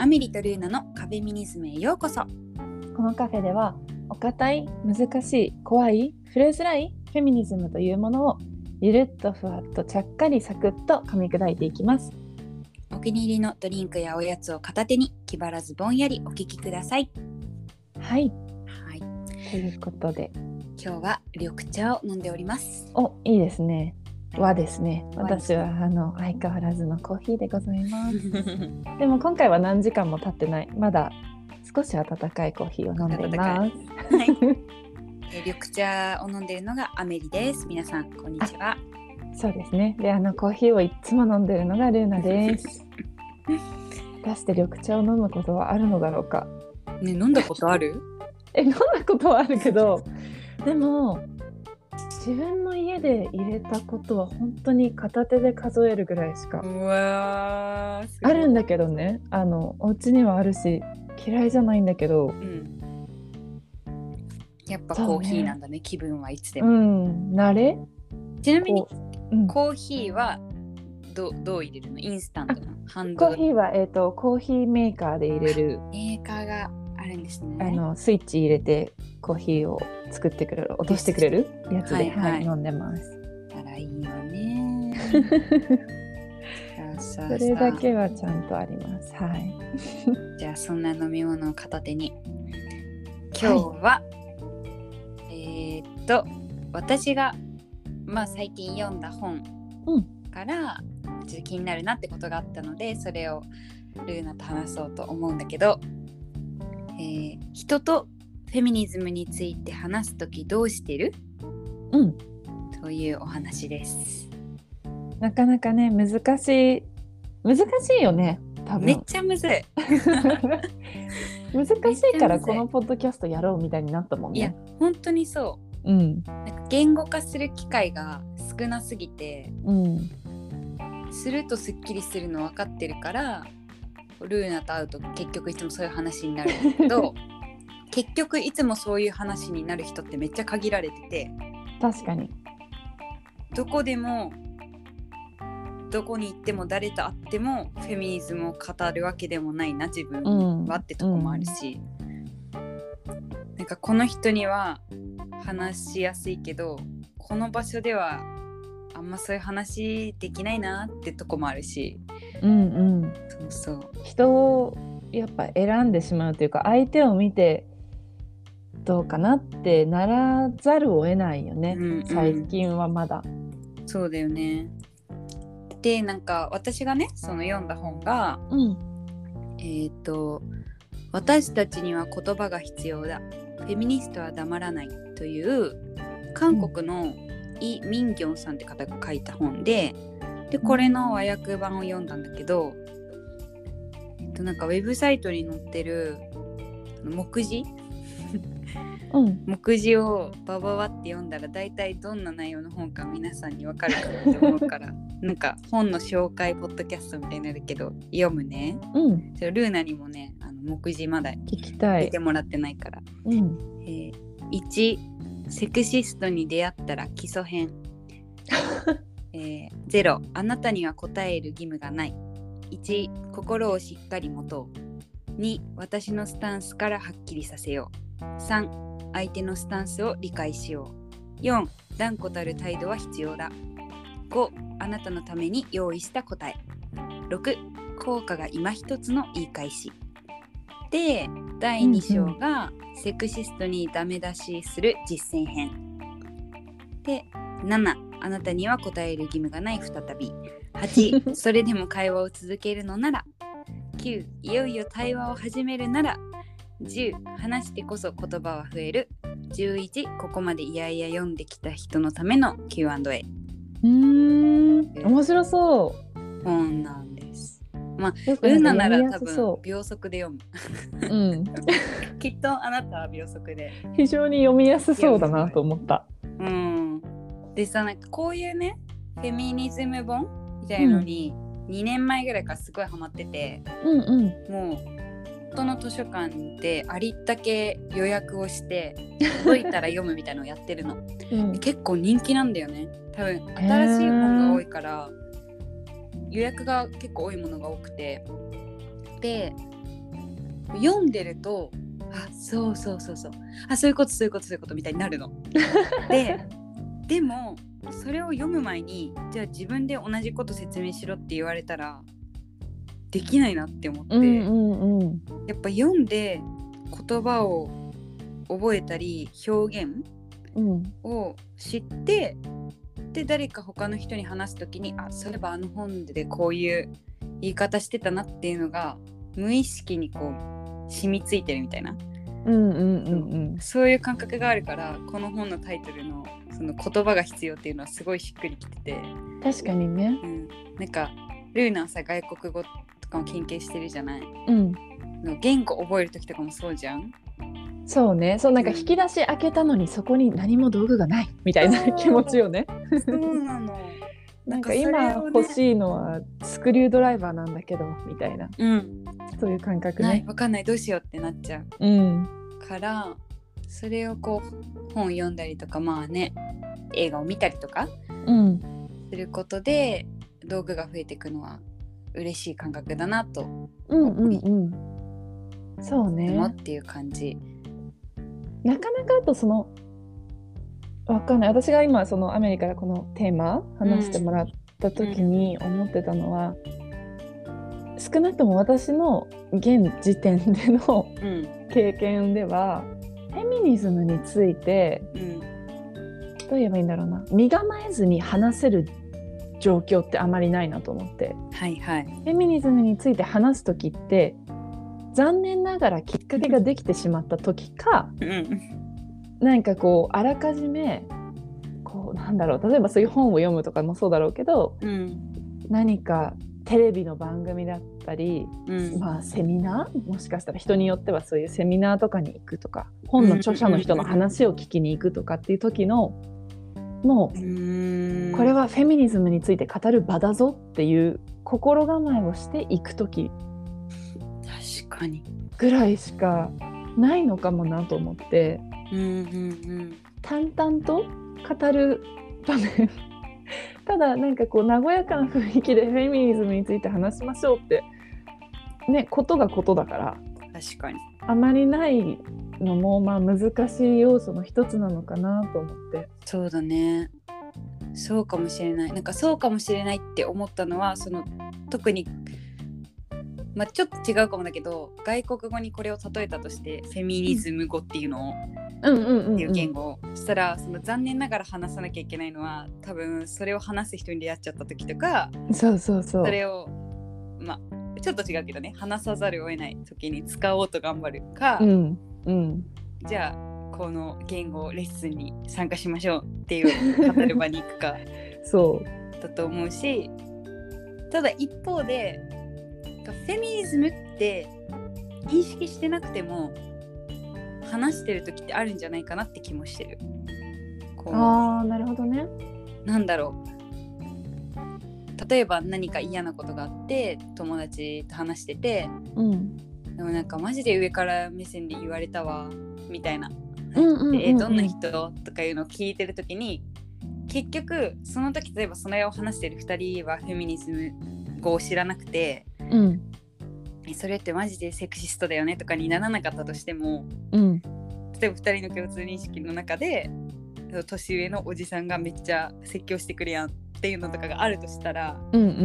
アメリとルーナのカフェミニズムへようこそ。 このカフェではお堅い、難しい、怖い、触れづらいフェミニズムというものをゆるっとふわっとちゃっかりサクッと噛み砕いていきます。 お気に入りのドリンクやおやつを片手に気張らずぼんやりお聞きください。 はい、 はい、 ということで今日は緑茶を飲んでおります。 いいですね。和ですね。 和ですね。 私は相変わらずのコーヒーでございますでも今回は何時間も経ってない。まだ少し温かいコーヒーを飲んでいます。 はい、緑茶を飲んでいるのがアメリです。皆さんこんにちは。 そうですね。で、コーヒーをいつも飲んでいるのがルーナです果たして緑茶を飲むことはあるのだろうか。 ね、飲んだことある？ 飲んだことはあるけどでも自分の家で入れたことは本当に片手で数えるぐらいしか。 うわー、すごい。 あるんだけどね、お家にはあるし嫌いじゃないんだけど、 やっぱコーヒーなんだね。気分はいつでも。慣れ。 ちなみにコーヒーはどう入れるの？インスタントなハンドドリップ？ コーヒーは、コーヒーメーカーで入れる。 メーカーがあるんですね。 スイッチ入れてコーヒーを作ってくれる、落としてくれるやつで、飲んでます。 あらいいわねそれだけはちゃんとあります。はい。 じゃあそんな飲み物を片手に今日は、私が最近読んだ本からちょっと気になるなってことがあったので、それをルーナと話そうと思うんだけど、人とフェミニズムについて話すときどうしてる？というお話です。 なかなかね、難しいよね。多分めっちゃむずい難しいからこのポッドキャストやろうみたいになったもんね。 いや本当にそう。なんか言語化する機会が少なすぎて、するとすっきりするの分かってるから、ルーナと会うと結局いつもそういう話になるんだけど結局いつもそういう話になる人ってめっちゃ限られてて、 確かにどこでもどこに行っても誰と会ってもフェミニズムを語るわけでもないな自分はってとこもあるし、なんかこの人には話しやすいけどこの場所ではあんまそういう話できないなってとこもあるし、そう人をやっぱ選んでしまうというか、相手を見てどうかなってならざるを得ないよね、最近はまだ。 そうだよね。でなんか私がねその読んだ本が、私たちには言葉が必要だ、フェミニストは黙らないという韓国のイ・ミンギョンさんって方が書いた本で、これの和訳版を読んだんだけど、なんかウェブサイトに載ってる目次目次をバババって読んだら大体どんな内容の本か皆さんに分かるかなって思うからなんか本の紹介ポッドキャストみたいになるけど読むね。ルーナにもね目次まだ聞きたい。 出てもらってないから。1、セクシストに出会ったら基礎編0、あなたには答える義務がない。1、心をしっかり持とう。2、私のスタンスからはっきりさせよう。3、相手のスタンスを理解しよう。4、断固たる態度は必要だ。5、あなたのために用意した答え。6、効果が今一つの言い返し。で、第2章がセクシストにダメ出しする実践編。で、7、あなたには答える義務がない再び。8、それでも会話を続けるのなら。9、いよいよ対話を始めるなら。10、話してこそ言葉は増える。11、ここまでいやいや読んできた人のための Q&A。 面白そう本なんです。ルーナなら多分秒速で読むきっとあなたは秒速で非常に読みやすそうだなと思った。 でさ、なんかこういうねフェミニズム本みたいのに、2年前ぐらいからすごいハマってて、もう本当の図書館でありったけ予約をして届いたら読むみたいなのをやってるの、結構人気なんだよね。多分新しい本が多いから予約が結構多いものが多くて、で読んでるとそうそうそうそうそういうことみたいになるのでもそれを読む前にじゃあ自分で同じこと説明しろって言われたらできないなって思って、やっぱ読んで言葉を覚えたり表現を知って、で誰か他の人に話すときにそういえばあの本でこういう言い方してたなっていうのが無意識にこう染みついてるみたいな、そういう感覚があるから、この本のタイトルのその言葉が必要っていうのはすごいしっくりきてて。 確かにね、 なんかルーナはさ外国語とかも研究してるじゃない、 うん言語覚えるときとかもそうじゃん。 そうね、そうなんか引き出し開けたのにそこに何も道具がないみたいな気持ちよね。 そうなのなんか今欲しいのはスクリュードライバーなんだけどみたいな、そういう感覚ね。 分かんないどうしようってなっちゃう、からそれをこう本読んだりとか映画を見たりとかすることで道具が増えていくのは嬉しい感覚だなとそうねっていう感じ。 なかなかあとそのわかんない、私が今そのアメリカでこのテーマ話してもらった時に思ってたのは、少なくとも私の現時点での経験では、フェミニズムについて、どう言えばいいんだろうな、身構えずに話せる状況ってあまりないなと思って、フェミニズムについて話す時って残念ながらきっかけができてしまった時か、なんかこうあらかじめこうなんだろう、例えばそういう本を読むとかもそうだろうけど、何かテレビの番組だったり、セミナー、もしかしたら人によってはそういうセミナーとかに行くとか、本の著者の人の話を聞きに行くとかっていう時の、もうこれはフェミニズムについて語る場だぞっていう心構えをしていく時確かにぐらいしかないのかもなと思って、淡々と語る場面ただなんかこう和やかな雰囲気でフェミニズムについて話しましょうってね、ことがことだから、 確かにあまりないのも難しい要素の一つなのかなと思って。 そうだね、そうかもしれない。なんかそうかもしれないって思ったのは、その特にちょっと違うかもだけど、外国語にこれを例えたとして、フェミニズム語っていうのを、っていう言語をしたら、その残念ながら話さなきゃいけないのは、多分それを話す人に出会っちゃった時とか、それをちょっと違うけどね、話さざるを得ない時に使おうと頑張るか、じゃあこの言語レッスンに参加しましょうっていう語る場に行くかそうだと思うし、ただ一方でフェミニズムって認識してなくても話してる時ってあるんじゃないかなって気もしてる。 なるほどね。 なんだろう、例えば何か嫌なことがあって友達と話してて、でもなんかマジで上から目線で言われたわみたいな、どんな人とかいうのを聞いてる時に、結局その時例えばその絵を話してる2人はフェミニズム語を知らなくて、それってマジでセクシストだよねとかにならなかったとしても、例えば2人の共通認識の中で年上のおじさんがめっちゃ説教してくるやんっていうのとかがあるとしたら、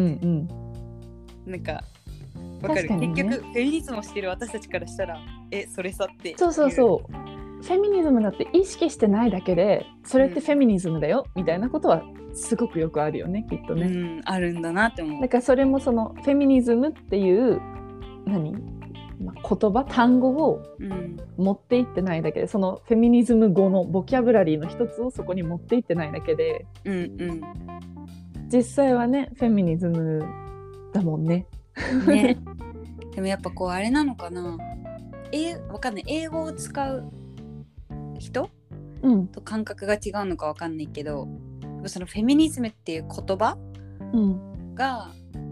なんかわかる、ね、結局フェミニズムをしてる私たちからしたらそれさってそうフェミニズムだって意識してないだけでそれってフェミニズムだよ、みたいなことはすごくよくあるよね、きっとね、 あるんだなって思う。 だからそれもそのフェミニズムっていう言葉単語を持っていってないだけで、そのフェミニズム語のボキャブラリーの一つをそこに持っていってないだけで、実際はねフェミニズムだもんね。 でもやっぱこうあれなのかな、わかんない、英語を使う人、と感覚が違うのかわかんないけど、そのフェミニズムっていう言葉が、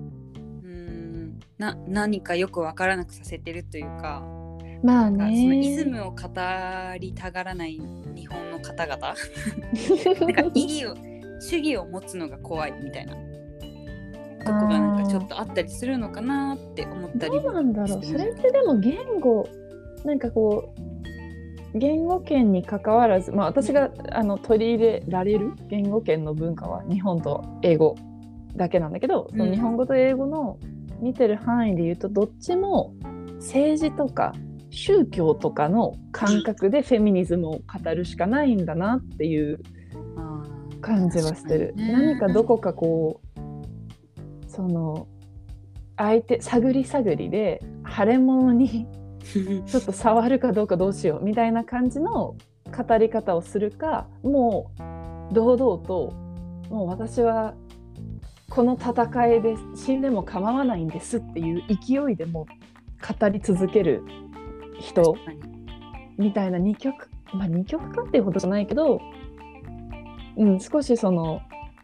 何かよくわからなくさせてるというか、そのイズムを語りたがらない日本の方々なんか主義を持つのが怖いみたいなとこがなんかちょっとあったりするのかなって思ったりも。 どうなんだろう。それってでも言語なんかこう言語圏に関わらず、まあ、私が取り入れられる言語圏の文化は日本と英語だけなんだけど、その日本語と英語の見てる範囲で言うとどっちも政治とか宗教とかの感覚でフェミニズムを語るしかないんだなっていう感じはしてる。何かどこかこうその相手探り探りで腫れ物にちょっと触るかどうかどうしようみたいな感じの語り方をするか、もう堂々ともう私はこの戦いで死んでも構わないんですっていう勢いでも語り続ける人みたいな二極化っていうことじゃないけど、少しその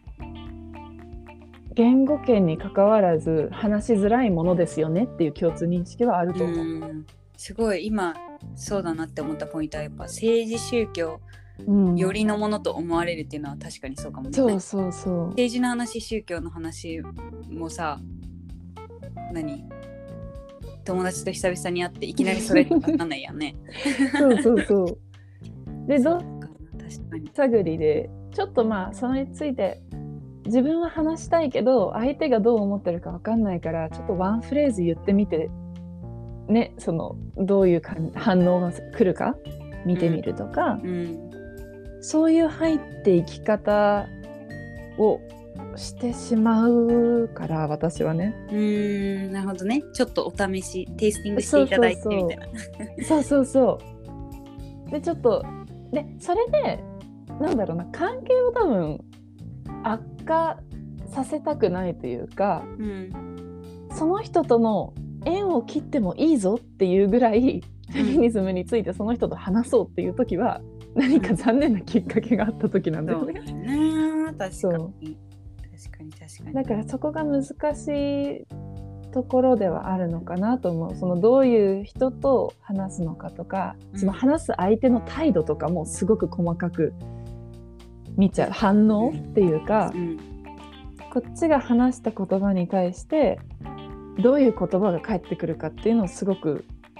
言語圏に関わらず話しづらいものですよねっていう共通認識はあると思う。 すごい今そうだなって思ったポイントはやっぱ政治宗教よりのものと思われるっていうのは確かにそうかもね。 そう政治の話、宗教の話もさ、友達と久々に会っていきなりそれとかなんないやんね。 そうで確かに探りでちょっとまあそれについて自分は話したいけど相手がどう思ってるか分かんないからちょっとワンフレーズ言ってみてね、そのどういう反応が来るか見てみるとか、そういう入っていき方をしてしまうから私はね。 なるほどね。ちょっとお試しテイスティングしていただいてみたいな。 そうでちょっとでそれでなんだろうな、関係を多分悪化させたくないというか、その人との縁を切ってもいいぞっていうぐらいフェミニズムについてその人と話そうっていう時は何か残念なきっかけがあった時なんだよね。 確かにだからそこが難しいところではあるのかなと思う。そのどういう人と話すのかとか、その話す相手の態度とかもすごく細かく見ちゃう。反応っていうか、こっちが話した言葉に対してどういう言葉が返ってくるかっていうのをすごく、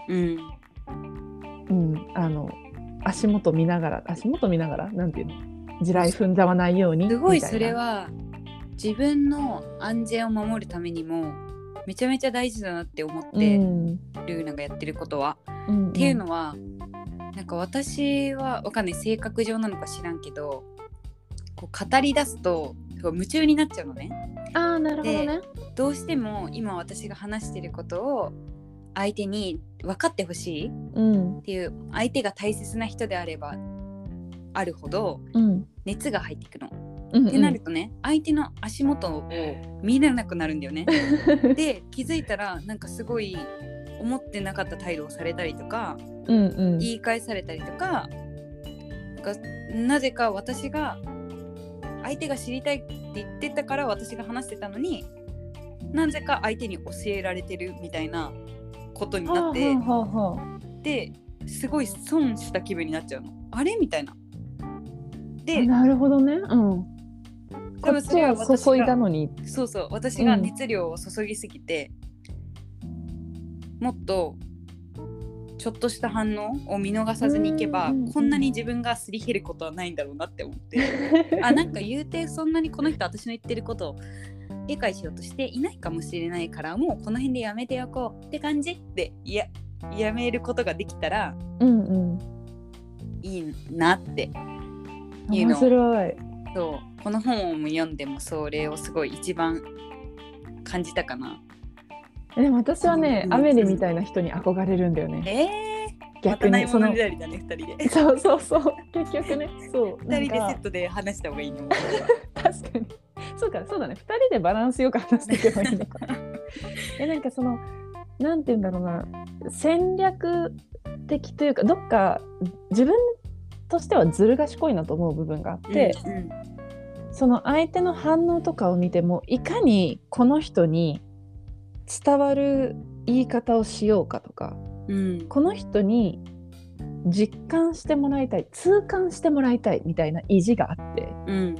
足元見ながらなんていうの、地雷踏んじゃわないようにみたいな。 すごいそれは自分の安全を守るためにもめちゃめちゃ大事だなって思ってる、なんかやってることは、っていうのはなんか私はわかんない、性格上なのか知らんけどこう語り出すと夢中になっちゃうのね。 なるほどね。 どうしても今私が話してることを相手に分かってほしいっていう、相手が大切な人であればあるほど熱が入っていくの、ってなるとね、相手の足元を見れなくなるんだよね。で気づいたらなんかすごい思ってなかった態度をされたりとか、言い返されたりとか、なぜか私が相手が知りたいって言ってたから私が話してたのに、なぜか相手に教えられてるみたいなことになって、ですごい損した気分になっちゃうの。あれみたいな。で、 なるほどね。こっちは注いだのに。 そう私が熱量を注ぎすぎて、もっとちょっとした反応を見逃さずにいけば、こんなに自分がすり減ることはないんだろうなって思ってなんか言うてそんなにこの人私の言ってることを理解しようとしていないかもしれないから、もうこの辺でやめておこうって感じでやめることができたらいいなっていうのを、 面白い。 そうこの本を読んでもそれをすごい一番感じたかな。 でも私はね、アメリみたいな人に憧れるんだよね。 逆にまたないものねだりだね、2人で。 そう結局ね、そう 2人でセットで話した方がいいの。 確かにそうだね、2人でバランスよく話していけばいいのか。なんかそのなんて言うんだろうな、戦略的というか、どっか自分としてはずる賢いなと思う部分があって、その相手の反応とかを見てもいかにこの人に伝わる言い方をしようかとか、この人に実感してもらいたい、痛感してもらいたいみたいな意地があって、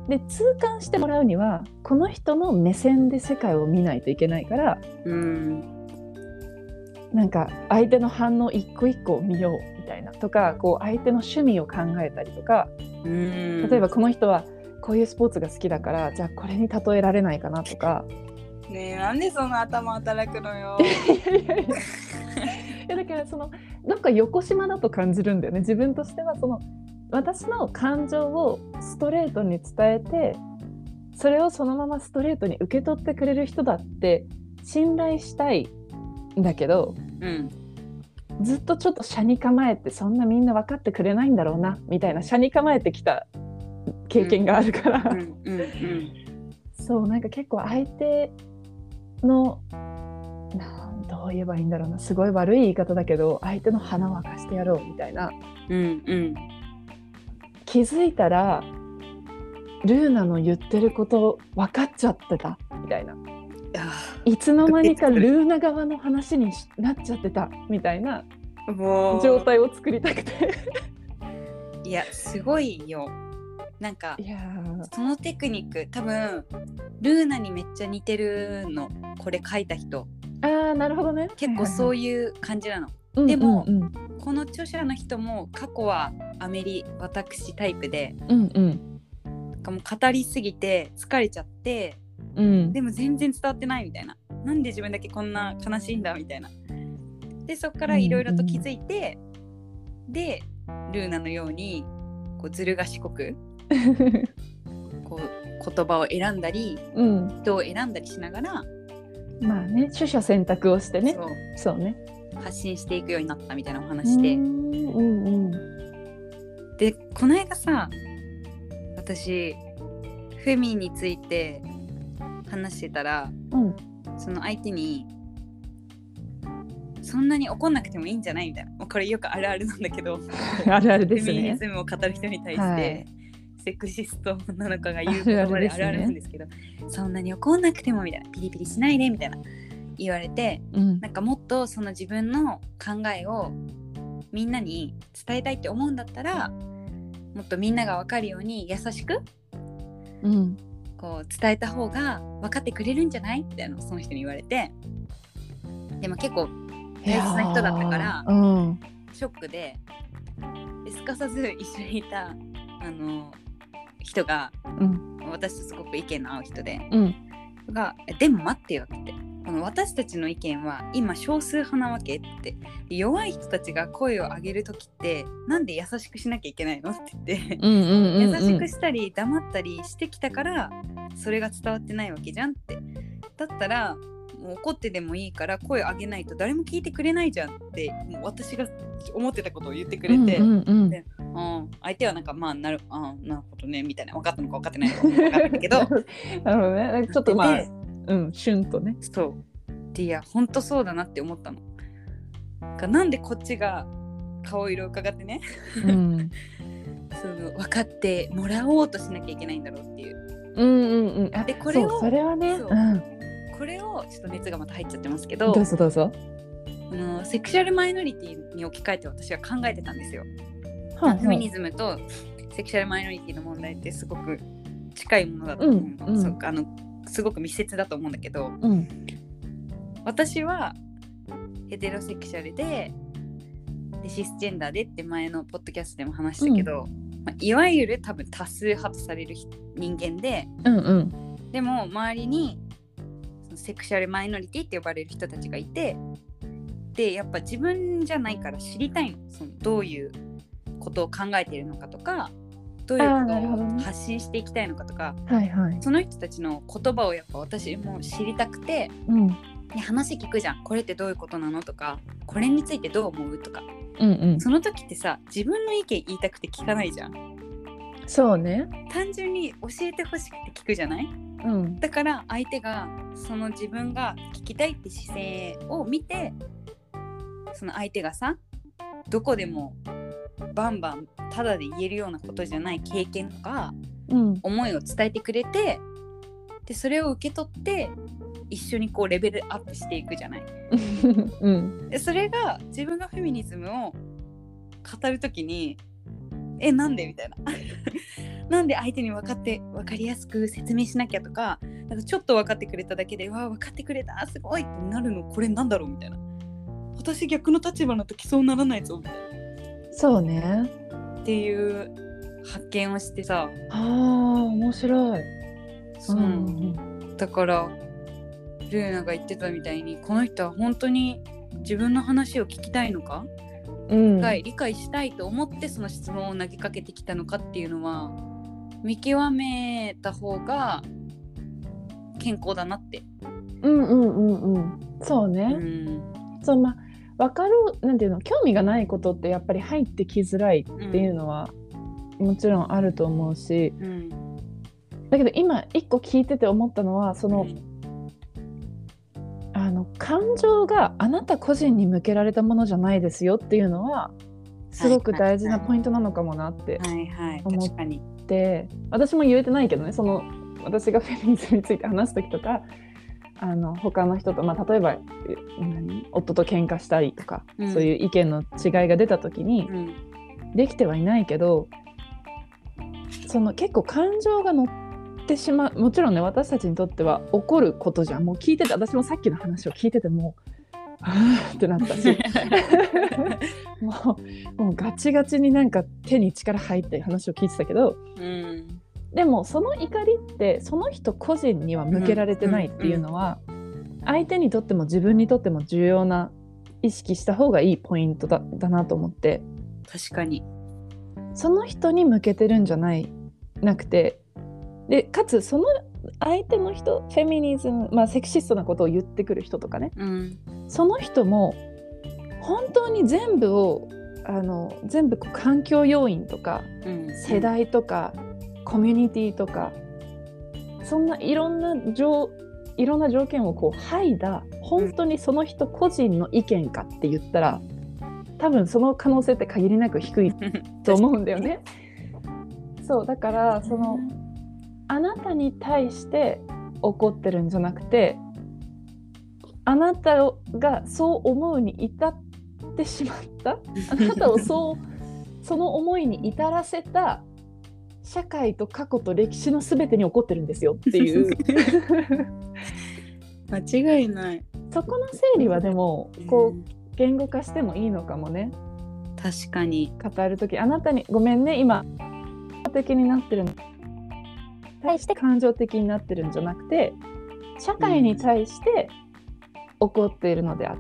で痛感してもらうにはこの人の目線で世界を見ないといけないから、なんか相手の反応一個一個を見ようみたいなとか、こう相手の趣味を考えたりとか、例えばこの人はこういうスポーツが好きだからじゃあこれに例えられないかなとか。 ねえ、なんでそんな頭働くのよ。 だからそのどっか横島だと感じるんだよね、自分としては。その私の感情をストレートに伝えて、それをそのままストレートに受け取ってくれる人だって信頼したいんだけど、ずっとちょっと斜に構えて、そんなみんな分かってくれないんだろうなみたいな斜に構えてきた経験があるから、そうなんか結構相手のどう言えばいいんだろうな、すごい悪い言い方だけど相手の鼻を明かしてやろうみたいな、気づいたらルーナの言ってること分かっちゃってたみたいな、いつの間にかルーナ側の話になっちゃってたみたいな状態を作りたくていやすごいよ。なんかそのテクニック多分ルーナにめっちゃ似てるの、これ書いた人。 なるほどね。 結構そういう感じなの、でも、この著者の人も過去は私タイプで、なんかもう語りすぎて疲れちゃって、でも全然伝わってないみたいな、なんで自分だけこんな悲しいんだみたいな。でそっからいろいろと気づいて、でルーナのようにこうずる賢くこう言葉を選んだり、人を選んだりしながら、 まあね、取捨選択をしてね、そうね、 発信していくようになったみたいなお話で、でこの間さ、私フェミについて話してたら、その相手にそんなに怒んなくてもいいんじゃないみたいな、これよくあるあるなんだけどあるあるですね。 フェミニズムを語る人に対して、セクシストなのかが言う言葉であるあるなんですけど、そんなに怒んなくてもみたいな、ピリピリしないでみたいな言われて、なんかもっとその自分の考えをみんなに伝えたいって思うんだったら、もっとみんなが分かるように優しく、こう伝えた方が分かってくれるんじゃないみたいなのをその人に言われて、でも結構大切な人だったから、ショックですかさず一緒にいた人が、私とすごく意見の合う人で、でも待ってよって、この私たちの意見は今少数派なわけって、弱い人たちが声を上げるときってなんで優しくしなきゃいけないのって言って、優しくしたり黙ったりしてきたからそれが伝わってないわけじゃんって、だったらもう怒ってでもいいから声を上げないと誰も聞いてくれないじゃんって、もう私が思ってたことを言ってくれて、で相手はなんかなるほどねみたいな、分かったのか分かってないのか分かんないけどなるほどね、ちょっとシュンとね、 そうで、いやほんとそうだなって思ったの。なんでこっちが顔色を伺ってね、その分かってもらおうとしなきゃいけないんだろうっていう。でこれをそれはね、 これをちょっと熱がまた入っちゃってますけど、 どうぞどうぞ。 セクシュアルマイノリティに置き換えて私は考えてたんですよ。フェミニズムとセクシュアルマイノリティの問題ってすごく近いものだと思うの、すごく密接だと思うんだけど、私はヘテロセクシャルでシスジェンダーでって前のポッドキャストでも話したけど、いわゆる多分多数派とされる人間で、でも周りにそのセクシュアルマイノリティって呼ばれる人たちがいて、でやっぱ自分じゃないから知りたいの、そのどういうことを考えているのかとか、どういうことを発信していきたいのかとか、その人たちの言葉をやっぱ私も知りたくて、話聞くじゃん、これってどういうことなのとか、これについてどう思うとか、その時ってさ、自分の意見言いたくて聞かないじゃん。 そうね、 単純に教えてほしくて聞くじゃない、だから相手がその自分が聞きたいって姿勢を見て、その相手がさ、どこでもバンバンただで言えるようなことじゃない経験とか、思いを伝えてくれて、でそれを受け取って一緒にこうレベルアップしていくじゃない、でそれが自分がフェミニズムを語るときになんでみたいななんで相手に分かりやすく説明しなきゃとか、なんかちょっと分かってくれただけで分かってくれたすごいってなるの、これなんだろうみたいな、私逆の立場の時そうならないぞみたいなそうね。 っていう発見をしてさ、 面白い。 そう、だからルーナが言ってたみたいに、この人は本当に自分の話を聞きたいのか、理解したいと思ってその質問を投げかけてきたのかっていうのは見極めた方が健康だなって。 そうね。そう分かる、なんていうの、興味がないことってやっぱり入ってきづらいっていうのはもちろんあると思うし、だけど今一個聞いてて思ったのは、その、感情があなた個人に向けられたものじゃないですよっていうのはすごく大事なポイントなのかもなって思って、私も言えてないけどね、その私がフェミニズムについて話す時とか、他の人と、例えば夫と喧嘩したりとか、そういう意見の違いが出た時に、できてはいないけど、その結構感情が乗ってしまう、もちろんね、私たちにとっては起こることじゃん。もう聞いてて、私もさっきの話を聞いててもってなったしもうガチガチになんか手に力入って話を聞いてたけど、でもその怒りってその人個人には向けられてないっていうのは、相手にとっても自分にとっても重要な、意識した方がいいポイント だなと思って。 確かにその人に向けてるんじゃなくて、でかつその相手の人、フェミニズム、セクシストなことを言ってくる人とかね、その人も本当に全部を全部環境要因とか、世代とかコミュニティとか、そんないろんな条件を剥いだ本当にその人個人の意見かって言ったら、多分その可能性って限りなく低いと思うんだよねそうだから、そのあなたに対して怒ってるんじゃなくて、あなたがそう思うに至ってしまったあなたをその思いに至らせた社会と過去と歴史のすべてに起こってるんですよっていう間違いない。 そこの整理はでも言語化してもいいのかもね。 確かに語るとき、あなたにごめんね、今的になってるの対して感情的になってるんじゃなくて、社会に対して怒っているのであって、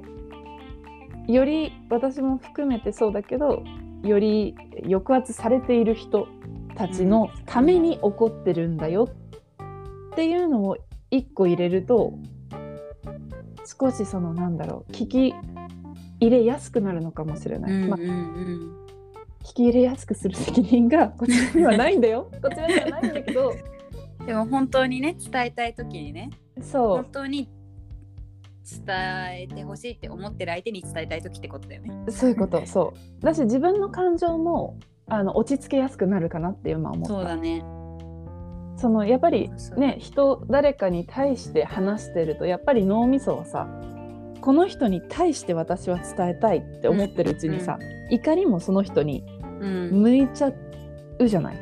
より私も含めてそうだけど、より抑圧されている人たちのために怒ってるんだよっていうのを一個入れると、少しその聞き入れやすくなるのかもしれない。聞き入れやすくする責任がこちらにはないんだよこちらにはないんだけどでも本当にね、伝えたい時にね、本当に伝えてほしいって思ってる相手に伝えたい時ってことだよね。 そういうこと。そうだし、自分の感情も落ち着けやすくなるかなって今思った。 そうだね。 そのやっぱりね、誰かに対して話してると、やっぱり脳みそはさ、この人に対して私は伝えたいって思ってるうちにさ、怒りもその人に向いちゃうじゃない。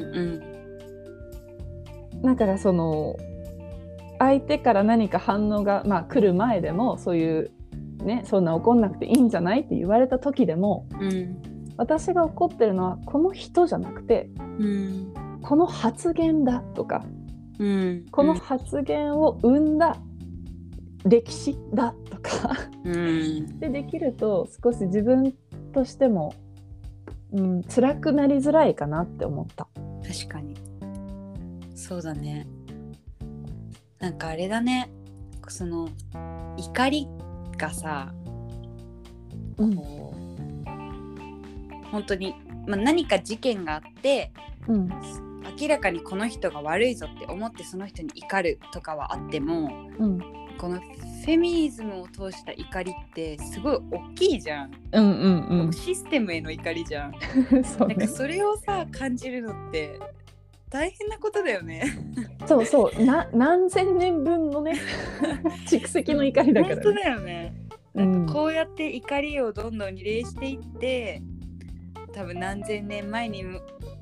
だからその相手から何か反応が、来る前でも、そういうね、そんな怒んなくていいんじゃないって言われた時でも、私が怒ってるのはこの人じゃなくて、この発言だとか、この発言を生んだ歴史だとかできると、少し自分としても、辛くなりづらいかなって思った。 確かにそうだね。なんかあれだね、その怒りがさ、本当に、何か事件があって、明らかにこの人が悪いぞって思ってその人に怒るとかはあっても、このフェミニズムを通した怒りってすごい大きいじゃん。システムへの怒りじゃん。そうね、なんかそれをさ感じるのって大変なことだよね。 そう何千年分のね蓄積の怒りだから、ね、 本当だよね。なんかこうやって怒りをどんどんリレーしていって、多分何千年前に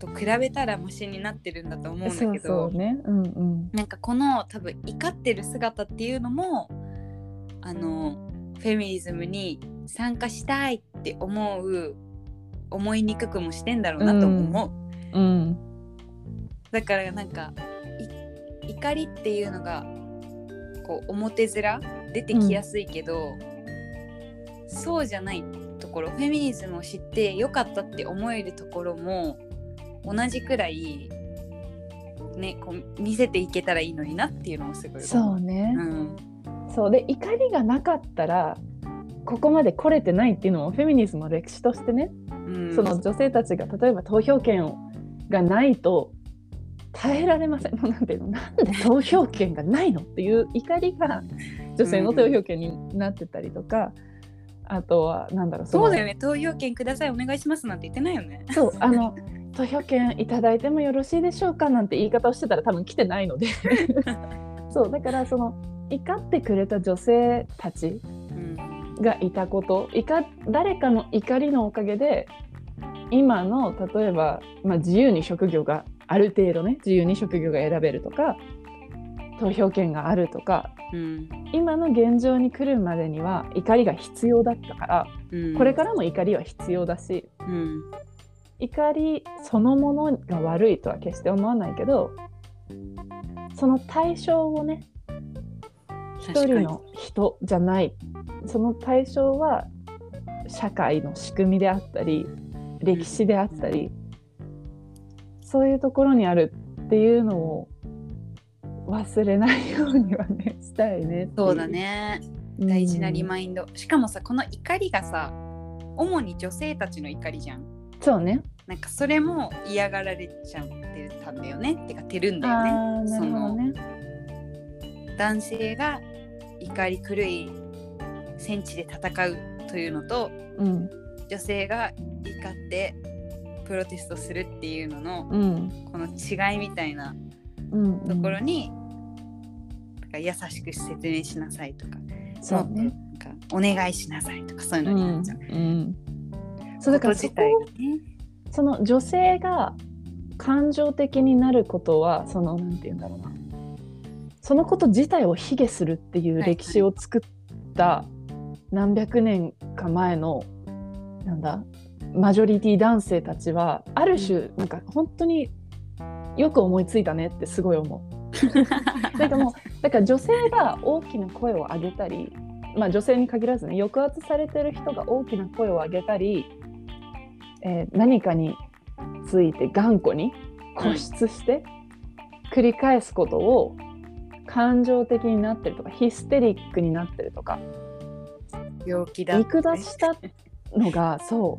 と比べたらマシになってるんだと思うんだけど、 そうね、うんうん、 なんかこの多分怒ってる姿っていうのもフェミニズムに参加したいって思いにくくもしてんだろうなと思う、 うん、 だからなんか怒りっていうのがこう表面出てきやすいけど、そうじゃないところ、フェミニズムを知ってよかったって思えるところも同じくらいね、こう見せていけたらいいのになっていうのもすごい。 そうね、 うん、 そうで怒りがなかったらここまで来れてないっていうのもフェミニズムの歴史としてね、 うん、 その女性たちが例えば投票権がないと耐えられません。もうなんていうの、なんで投票権がないのっていう怒りが女性の投票権になってたりとか、あとはなんだろう、 そうだよね、投票権くださいお願いしますなんて言ってないよね。 そう投票権いただいてもよろしいでしょうかなんて言い方をしてたら多分来てないのでそうだからその怒ってくれた女性たちがいたこと、誰かの怒りのおかげで今の例えば、自由に職業がある程度ね、自由に職業が選べるとか投票権があるとか、今の現状に来るまでには怒りが必要だったから、これからも怒りは必要だし、怒りそのものが悪いとは決して思わないけど、その対象をね、一人の人じゃない、その対象は社会の仕組みであったり歴史であったり、そういうところにあるっていうのを忘れないようにはねしたいね。 そうだね、大事なリマインド、しかもさ、この怒りがさ主に女性たちの怒りじゃん。 そうね、 なんかそれも嫌がられちゃってたんだよね、てかてるんだよね。 なるほどね。 男性が怒り狂い戦地で戦うというのと、女性が怒ってプロテストするっていうのの、この違いみたいなところに、優しく説明しなさいとか、 そうね、 なんかお願いしなさいとか、そういうのになっちゃう。 そうだからその女性が感情的になることはなんて言うんだろうな、そのこと自体を卑下するっていう歴史を作った何百年か前のマジョリティ男性たちはある種なんか本当によく思いついたねってすごい思う。だから女性が大きな声を上げたり、女性に限らずね、抑圧されてる人が大きな声を上げたり、何かについて頑固に固執して繰り返すことを感情的になってるとかヒステリックになってるとか病気だって、 見下したのが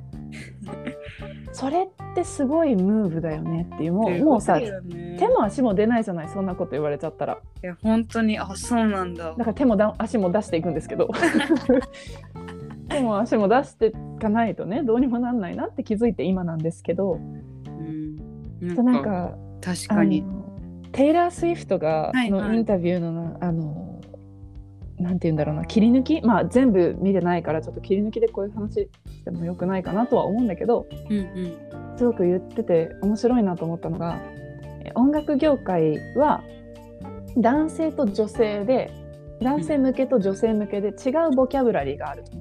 それってすごいムーブだよねっていう、もうさ、手も足も出ないじゃない、そんなこと言われちゃったら。 いや本当に、そうなんだ。 だから手も足も出していくんですけど手も足も出していかないとねどうにもなんないなって気づいて今なんですけど、なんか確かにテイラー・スウィフトがのインタビューの、なんて言うんだろうな、切り抜き、全部見てないからちょっと切り抜きでこういう話してもよくないかなとは思うんだけど、すごく言ってて面白いなと思ったのが、音楽業界は男性と女性で、男性向けと女性向けで違うボキャブラリーがあると。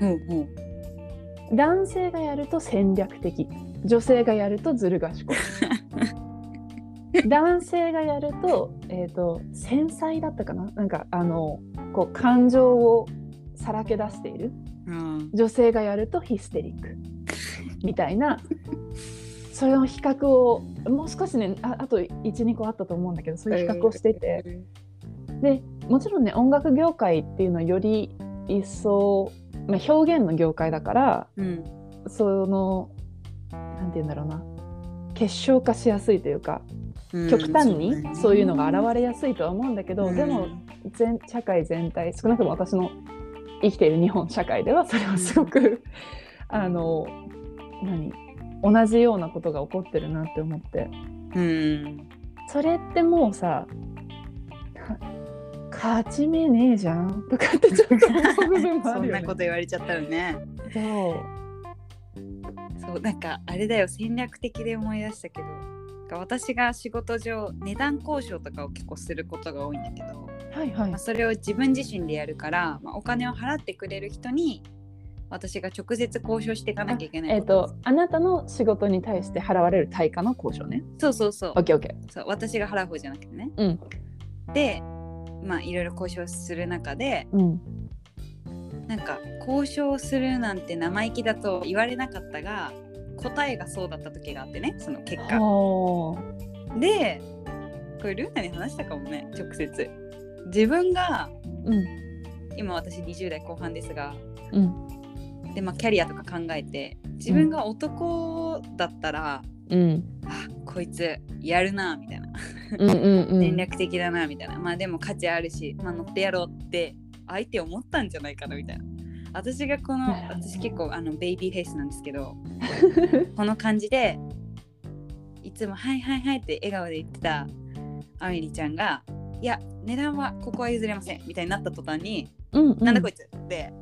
男性がやると戦略的、女性がやるとずる賢い男性がやると、繊細だったかな、なんかこう感情をさらけ出している、女性がやるとヒステリックみたいなそれの比較をもう少しね、あと 1,2 個あったと思うんだけど、そういう比較をしていて、でもちろんね音楽業界っていうのはより一層、表現の業界だから、なんて言うんだろうな、結晶化しやすいというか、極端にそういうのが現れやすいとは思うんだけど、でも社会全体、少なくとも私の生きている日本社会ではそれはすごく同じようなことが起こってるなって思って、それってもうさ勝ち目ねえじゃんとかってちょっと思う部分もあるよね。 そんなこと言われちゃったらね。 そそうなんかあれだよ、戦略的で思い出したけど、私が仕事上値段交渉とかを結構することが多いんだけど、 はいはい。 それを自分自身でやるから、お金を払ってくれる人に私が直接交渉していかなきゃいけないこと。 あなたの仕事に対して払われる対価の交渉ね。 そうそうそう。 オッケーオッケー。 そう、私が払う方じゃなくてね。 うん。 で、いろいろ交渉する中で、なんか交渉するなんて生意気だと言われなかったが、答えがそうだった時があってね、その結果。で、これルーナに話したかもね、直接。自分が、今私20代後半ですが、でキャリアとか考えて、自分が男だったら、こいつやるなみたいな戦略的だなみたいな、でも価値あるし、乗ってやろうって相手思ったんじゃないかなみたいな。私が私結構ベイビーフェイスなんですけどこの感じでいつもはいはいはいって笑顔で言ってたアメリちゃんが、いや値段はここは譲れませんみたいになった途端に、なんだこいつって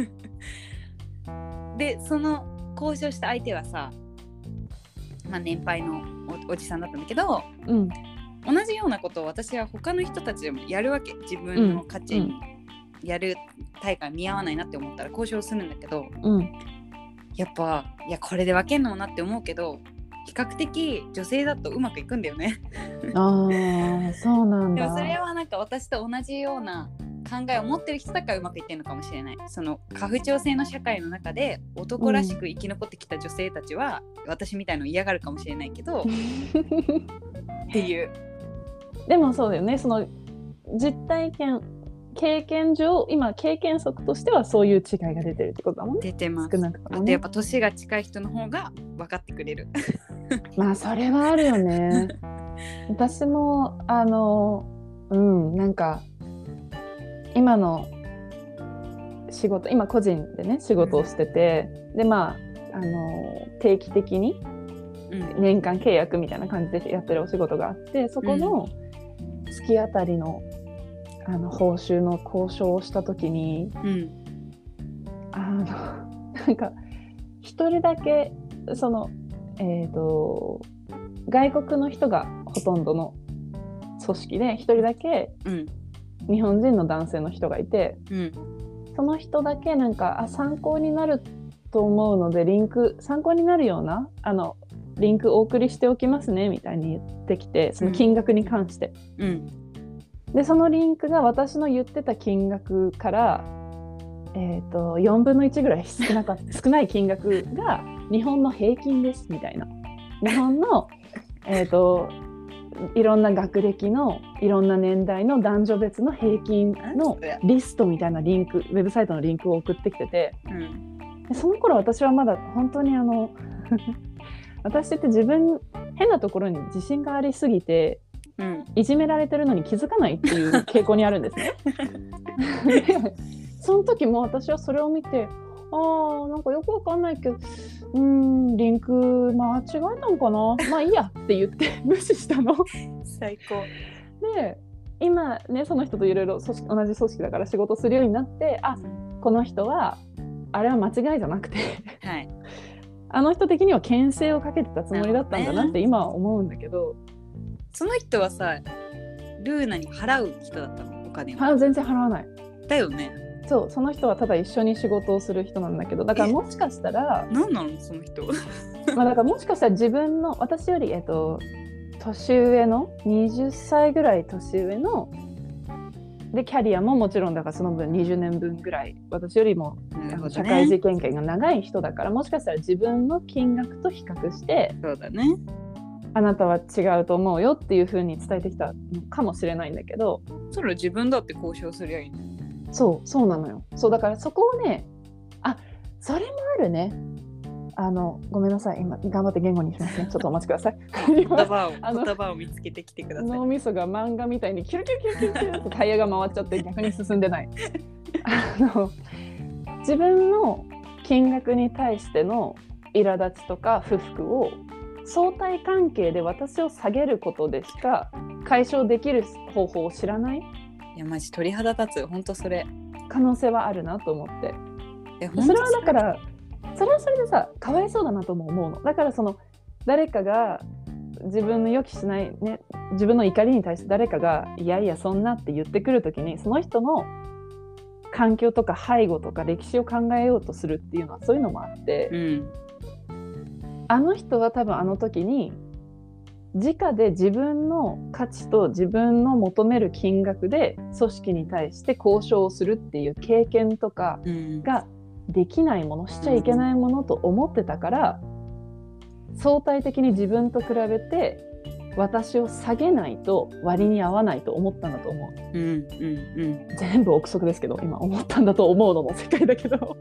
でその交渉した相手はさ、年配の おじさんだったんだけど、同じようなことを私は他の人たちでもやるわけ。自分の価値にやる対価見合わないなって思ったら交渉するんだけど、やっぱいやこれで分けんのもなって思うけど、比較的女性だとうまくいくんだよねそうなんだ。 でもそれはなんか私と同じような考えを持ってる人だからうまくいってるのかもしれない。その家父長制の社会の中で男らしく生き残ってきた女性たちは、私みたいの嫌がるかもしれないけどっていう。でもそうだよね、その実体験経験上今経験則としてはそういう違いが出てるってことだもんね。 出てます。 少なくともね。 あとやっぱ年が近い人の方が分かってくれるそれはあるよね私もなんか今の仕事、今個人でね仕事をしてて、で定期的に年間契約みたいな感じでやってるお仕事があって、そこの月あたりの報酬の交渉をした時に、なんか一人だけその外国の人がほとんどの組織で、一人だけ日本人の男性の人がいて、その人だけなんか参考になると思うので参考になるようなリンクお送りしておきますねみたいに言ってきて、その金額に関して、でそのリンクが私の言ってた金額から4分の1ぐらい少ない金額が日本の平均ですみたいな、日本のいろんな学歴のいろんな年代の男女別の平均のリストみたいなリンク、ウェブサイトのリンクを送ってきてて、でその頃私はまだ本当に私って自分変なところに自信がありすぎて、いじめられてるのに気づかないっていう傾向にあるんですねでその時も私はそれを見て、なんかよくわかんないけどリンク間違えたのかな、いいやって言って無視したの最高で今ねその人といろいろ同じ組織だから仕事するようになって、この人はあれは間違いじゃなくて、あの人的には牽制をかけてたつもりだったんだなって今は思うんだけど、 その人はさルーナに払う人だったの？お金は全然払わないだよね。 そう、その人はただ一緒に仕事をする人なんだけど、だからもしかしたら何なのその人だからもしかしたら自分の私より、年上の20歳ぐらい年上のでキャリアももちろんだからその分20年分ぐらい私よりも、社会人経験が長い人だから、もしかしたら自分の金額と比較して、 そうだね、 あなたは違うと思うよっていう風に伝えてきたのかもしれないんだけど、 それは自分だって交渉すりゃいいの。 そうなのよ。そうだからそこをね、それもあるね。ごめんなさい、今頑張って言語にしますね。ちょっとお待ちください言葉を見つけてきてください。 脳みそが漫画みたいにキュルキュルキュルキュルってタイヤが回っちゃって逆に進んでない自分の金額に対しての苛立ちとか不服を相対関係で私を下げることでしか解消できる方法を知らない。 いやマジ鳥肌立つ、本当それ可能性はあるなと思って。 それはだからそれはそれでさかわいそうだなとも思うの。だからその誰かが自分の予期しないね、自分の怒りに対して誰かがいやいやそんなって言ってくるときに、その人の環境とか背後とか歴史を考えようとするっていうのはそういうのもあって、あの人は多分あの時に直で自分の価値と自分の求める金額で組織に対して交渉をするっていう経験とかができないもの、しちゃいけないものと思ってたから、相対的に自分と比べて私を下げないと割に合わないと思ったんだと思う。全部憶測ですけど、今思ったんだと思うのの世界だけど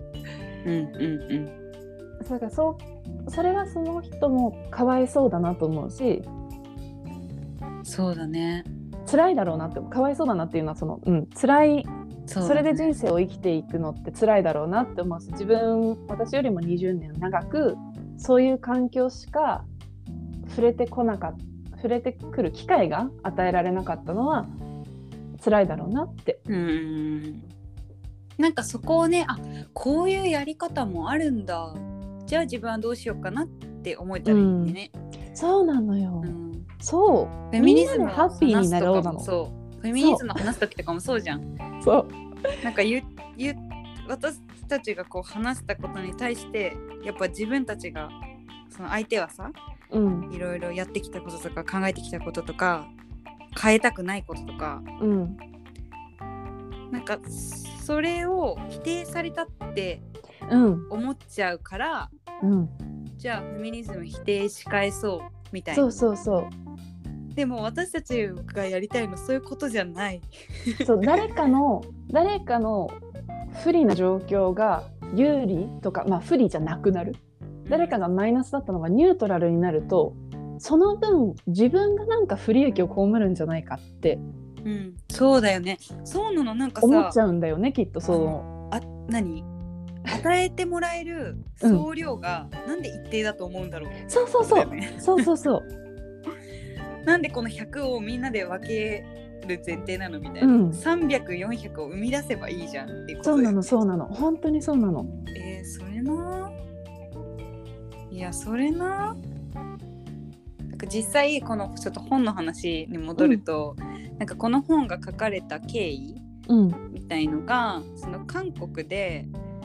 だからそれはその人もかわいそうだなと思うし、 そうだね、 辛いだろうなって、かわいそうだなっていうのは辛い、それで人生を生きていくのって辛いだろうなって思うし、私よりも20年長くそういう環境しか触れてくる機会が与えられなかったのは辛いだろうなって。 なんかそこをね、こういうやり方もあるんだ、じゃあ自分はどうしようかなって思えたらいいんでね。 そうなのよ、そう、 フェミニズムハッピーになろうなの。 そうフェミニズム話す時とかもそうじゃん。 そうなんか私たちがこう話したことに対してやっぱ自分たちがその相手はさ、いろいろやってきたこととか考えてきたこととか変えたくないこととか、なんかそれを否定されたって思っちゃうから、じゃあフェミニズム否定し返そうみたいな。そうでも私たちがやりたいのそういうことじゃないそう誰かの不利な状況が有利とか、不利じゃなくなる、誰かがマイナスだったのがニュートラルになると、その分自分がなんか不利益を被るんじゃないかって、 そうだよね。そうなの、なんかさ思っちゃうんだよねきっと。 何与えてもらえる総量がなんで一定だと思うんだろう。そうなんでこの100をみんなで分ける前提なのみたいな、300、400を生み出せばいいじゃんっていうことで。 そうなの本当にそうなの。 それな、いやそれな、なんか実際このちょっと本の話に戻ると、なんかこの本が書かれた経緯みたいのが、その韓国で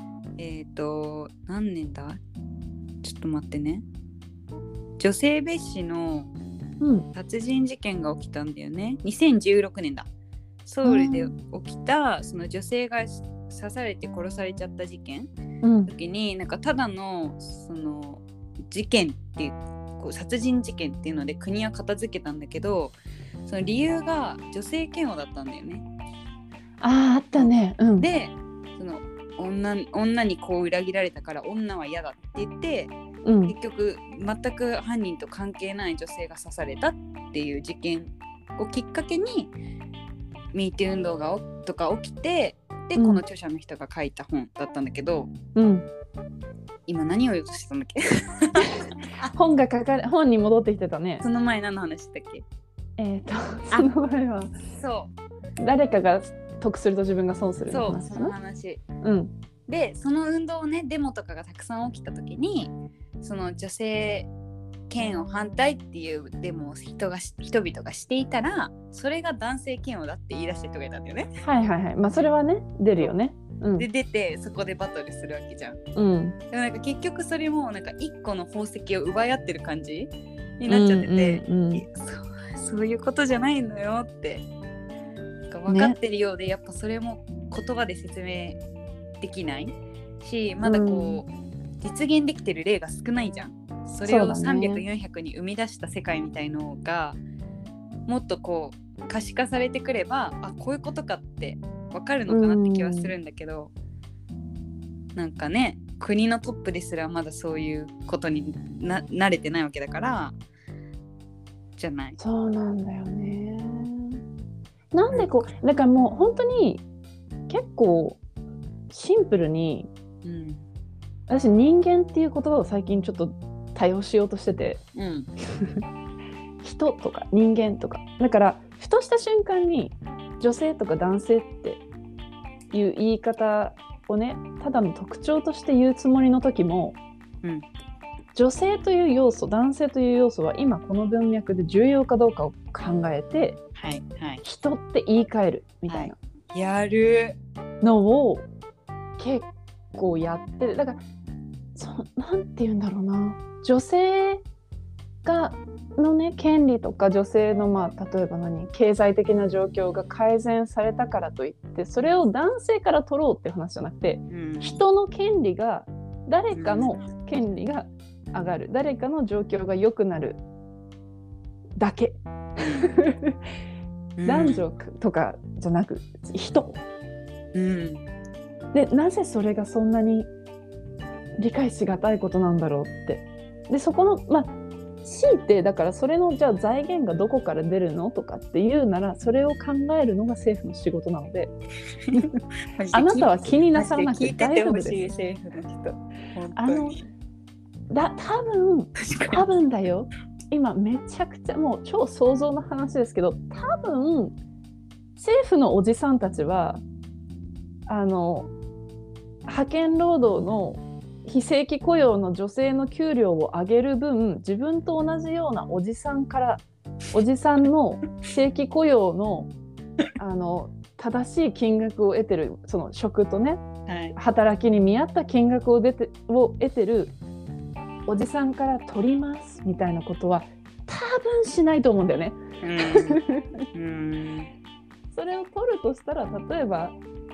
何年だ、ちょっと待ってね、女性蔑視の殺人事件が起きたんだよね。2016年だ。ソウルで起きたその女性が刺されて殺されちゃった事件の時に、なんかただのその事件っていう、殺人事件っていうので国は片付けたんだけど、その理由が女性嫌悪だったんだよね。 あったね。 でその女にこう裏切られたから女は嫌だって言って、結局全く犯人と関係ない女性が刺されたっていう事件をきっかけにミーティー運動がとか起きて、でこの著者の人が書いた本だったんだけど、今何を言おうとしてたんだっけ本に戻ってきてたね。 その前何の話だっけ。 その前は誰かが得すると自分が損するの話かな。 その話、でその運動をね、デモとかがたくさん起きた時に、その女性嫌悪反対っていうデモを人々がしていたら、それが男性嫌悪だって言い出した人がいたんだよね。 それはね出るよね。 で出てそこでバトルするわけじゃん。でもなんか結局それもなんか一個の宝石を奪い合ってる感じになっちゃってて、そういうことじゃないのよって分かってるようで、やっぱそれも言葉で説明できないし、まだこう、実現できてる例が少ないじゃん。それを300、400に生み出した世界みたいのがもっとこう可視化されてくれば、こういうことかって分かるのかなって気はするんだけど、なんかね、国のトップですらまだそういうことに慣れてないわけだからじゃない。 そうなんだよね。なんでだからもう本当に結構シンプルに、私人間っていう言葉を最近ちょっと多用しようとしてて、人とか人間とか、だからふとした瞬間に女性とか男性っていう言い方をね、ただの特徴として言うつもりの時もうん女性という要素、男性という要素は今この文脈で重要かどうかを考えて、 はいはい人って言い換えるみたいなやるのを結構やってる。だからなんて言うんだろうな、女性のね権利とか女性の例えば経済的な状況が改善されたからといってそれを男性から取ろうっていう話じゃなくて、人の権利が誰かの権利が上がる、誰かの状況が良くなるだけ男女とかじゃなく人、でなぜそれがそんなに理解しがたいことなんだろうって。でそこの強いてだからそれのじゃあ財源がどこから出るのとかっていうならそれを考えるのが政府の仕事なのであなたは気になさらなくて大丈夫です。 政府の人多分だよ、今めちゃくちゃもう超想像の話ですけど、多分政府のおじさんたちは派遣労働の非正規雇用の女性の給料を上げる分、自分と同じようなおじさんの正規雇用の正しい金額を得てる、その職とね、働きに見合った金額を得てるおじさんから取りますみたいなことは多分しないと思うんだよね。それを取るとしたら例えば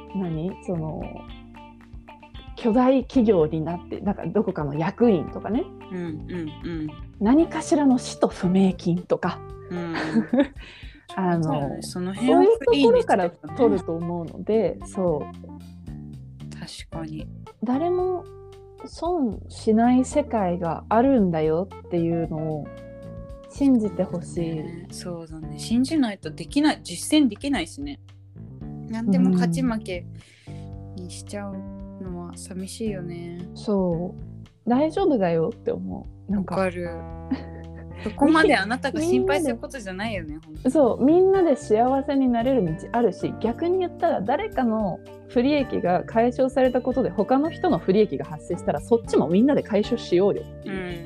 巨大企業になってなんかどこかの役員とかね、何かしらの使途不明金とか、 そういうところから取ると思うので、 確かに誰も損しない世界があるんだよっていうのを信じてほしい。 そうだね、信じないとできない、実践できないしね。何でも勝ち負けにしちゃうのは寂しいよね。 そう大丈夫だよって思う。 わかるそこまであなたが心配することじゃないよね。 そうみんなで幸せになれる道あるし、逆に言ったら誰かの不利益が解消されたことで他の人の不利益が発生したらそっちもみんなで解消しようよっていう、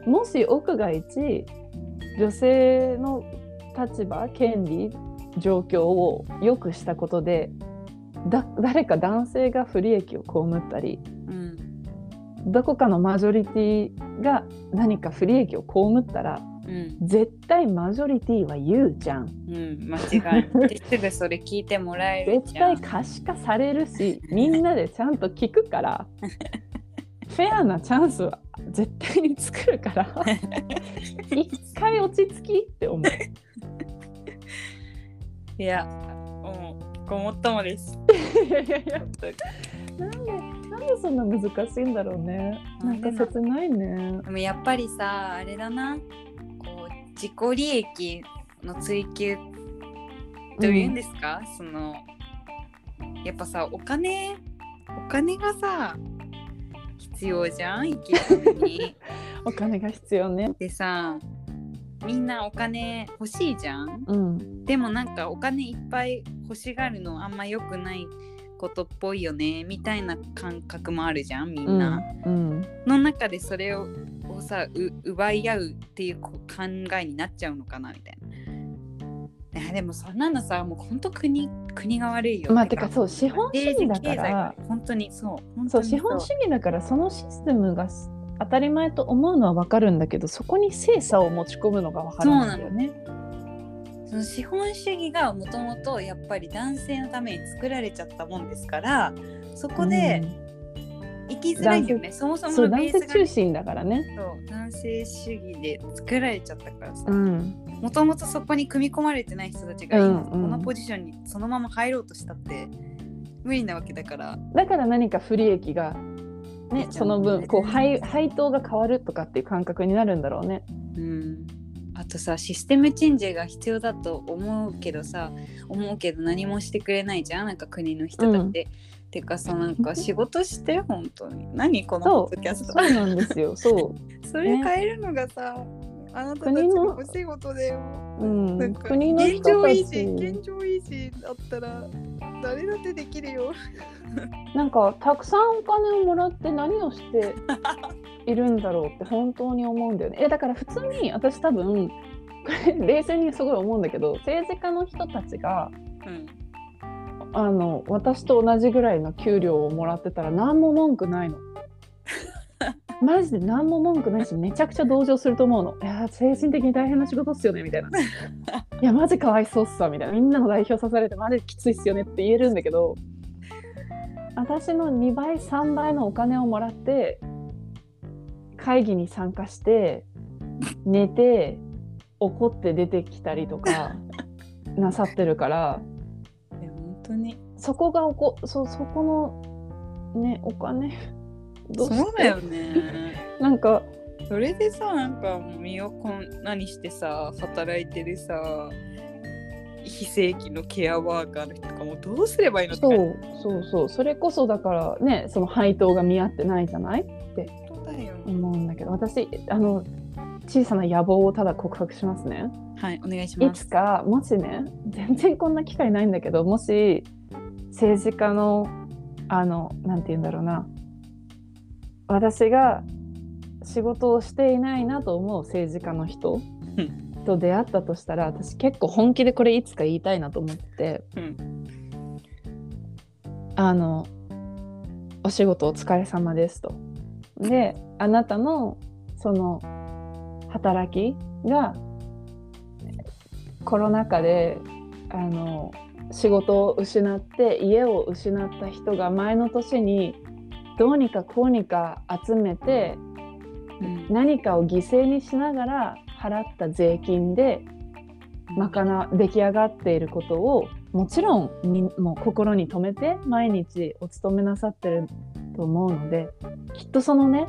もし奥が一女性の立場、権利、状況を良くしたことで誰か男性が不利益を被ったり、どこかのマジョリティが何か不利益を被ったら、絶対マジョリティは言うじゃん、 間違いないすぐそれ聞いてもらえる絶対可視化されるしみんなでちゃんと聞くからフェアなチャンスは絶対に作るから一回落ち着きって思う。 いやもうごもっともですいやなんでそんな難しいんだろうね。なんか切ないね。 でもやっぱりさあれだな、こう自己利益の追求というんですか、やっぱさお金がさ必要じゃん、生きるのにお金が必要ね。 でさみんなお金欲しいじゃん、でもなんかお金いっぱい欲しがるのあんま良くないことっぽいよねみたいな感覚もあるじゃんみんな、の中でそれをさ奪い合うっていう考えになっちゃうのかなみたいな。いやでもそんなのさもう本当国が悪いよ。 てかそう資本主義だから本当にそう資本主義だからそのシステムが当たり前と思うのは分かるんだけど、そこに性差を持ち込むのが分かるんだよね。 その資本主義がもともとやっぱり男性のために作られちゃったもんですから、そこで生きづらいよね、そもそものベースが、 男性中心だからね。 そう男性主義で作られちゃったからさ、もともとそこに組み込まれてない人たちが今このポジションにそのまま入ろうとしたって無理なわけだから、 何か不利益がね、その分こう配当が変わるとかっていう感覚になるんだろうね。 あとさシステムチェンジが必要だと思うけど何もしてくれないじゃん、なんか国の人だって、てかさなんか仕事して本当に何このポッドキャストそうなんですよ。そうそれ変えるのがさ、 あなたたちのお仕事だよ。なんか国の人たち現状維持だったら誰だってできるよ。 なんかたくさんお金をもらって何をしているんだろうって本当に思うんだよね。だから普通に私多分これ冷静にすごい思うんだけど、政治家の人たちが、私と同じぐらいの給料をもらってたら何も文句ないの。マジで何も文句ないし、めちゃくちゃ同情すると思うの。いや精神的に大変な仕事っすよねみたいな。いやマジかわいそうっすわみたいな。みんなの代表さされてマジきついっすよねって言えるんだけど、私の2倍3倍のお金をもらって会議に参加して寝て怒って出てきたりとかなさってるから本当にそこがそこのねお金どうしてそうだよね。 なんかそれでさ、なんかもう身をこんなにしてさ働いてるさ非正規のケアワーカーの人とかもどうすればいいのってそうそれこそだからね、その配当が見合ってないじゃないって思うんだけど、私小さな野望をただ告白しますね。 はい、お願いします。 いつかもしね、全然こんな機会ないんだけど、もし政治家のなんて言うんだろうな、私が仕事をしていないなと思う政治家の人と出会ったとしたら、私結構本気でこれいつか言いたいなと思って、お仕事お疲れ様ですと。で、あなたのその働きがコロナ禍で仕事を失って家を失った人が前の年にどうにかこうにか集めて、何かを犠牲にしながら払った税金で出来上がっていることをもちろんもう心に留めて毎日お勤めなさってると思うので、きっとそのね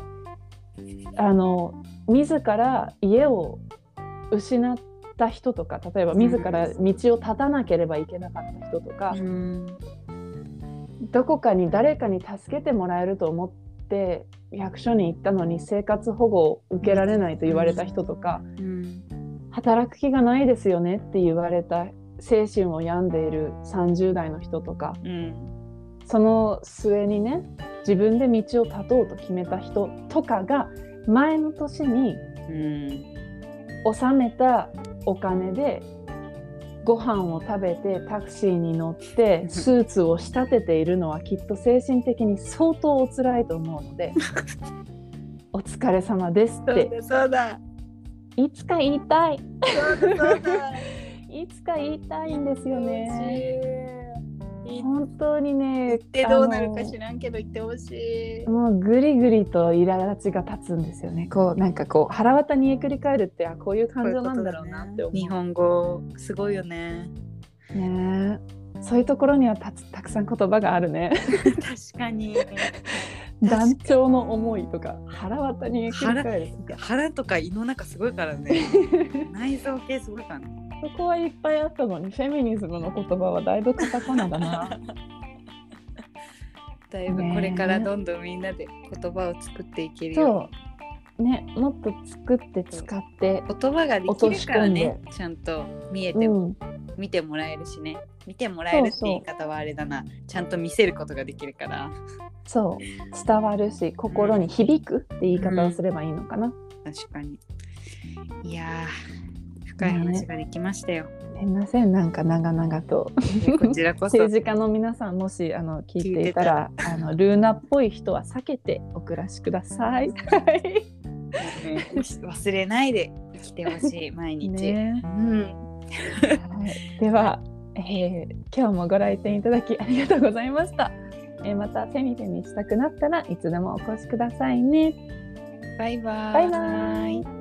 自ら家を失った人とか、例えば自ら道を立たなければいけなかった人とか、どこかに誰かに助けてもらえると思って役所に行ったのに生活保護を受けられないと言われた人とか、働く気がないですよねって言われた精神を病んでいる30代の人とか、その末にね自分で道を断とうと決めた人とかが前の年に納めたお金でご飯を食べてタクシーに乗ってスーツを仕立てているのはきっと精神的に相当お辛いと思うのでお疲れ様ですってそうだいつか言いたいそうだいつか言いたいんですよね。本当にね、 言ってどうなるか知らんけど言ってほしい。 もうぐりぐりと苛立ちが立つんですよね。なんか腹渡にえくり返るってこういう感情なんだろうなって思う。 日本語すごいよね。 ねえ、そういうところにはたくさん言葉があるね。 確かに。 団長の思いとか腹渡にえくり返るとか腹とか胃の中すごいからね。内臓系すごいからね。 そこはいっぱいあったのにフェミニズムの言葉はだいぶカタカナだな。 だいぶこれからどんどんみんなで言葉を作っていけるように。そうね、もっと作って使って言葉ができるからね、ちゃんと見えても、見てもらえるしね。見てもらえるって言い方はあれだな、ちゃんと見せることができるから。 そう伝わるし心に響くって言い方をすればいいのかな。 確かに。いや深い話ができましたよ。 すいません、なんか長々と。 こちらこそ。 政治家の皆さんもし聞いていたらルーナっぽい人は避けてお暮らしください。 忘れないで生きてほしい毎日。ねでは、今日もご来店いただきありがとうございました。またフェミフェミしたくなったらいつでもお越しくださいね。 バイバイ。 バイバイ。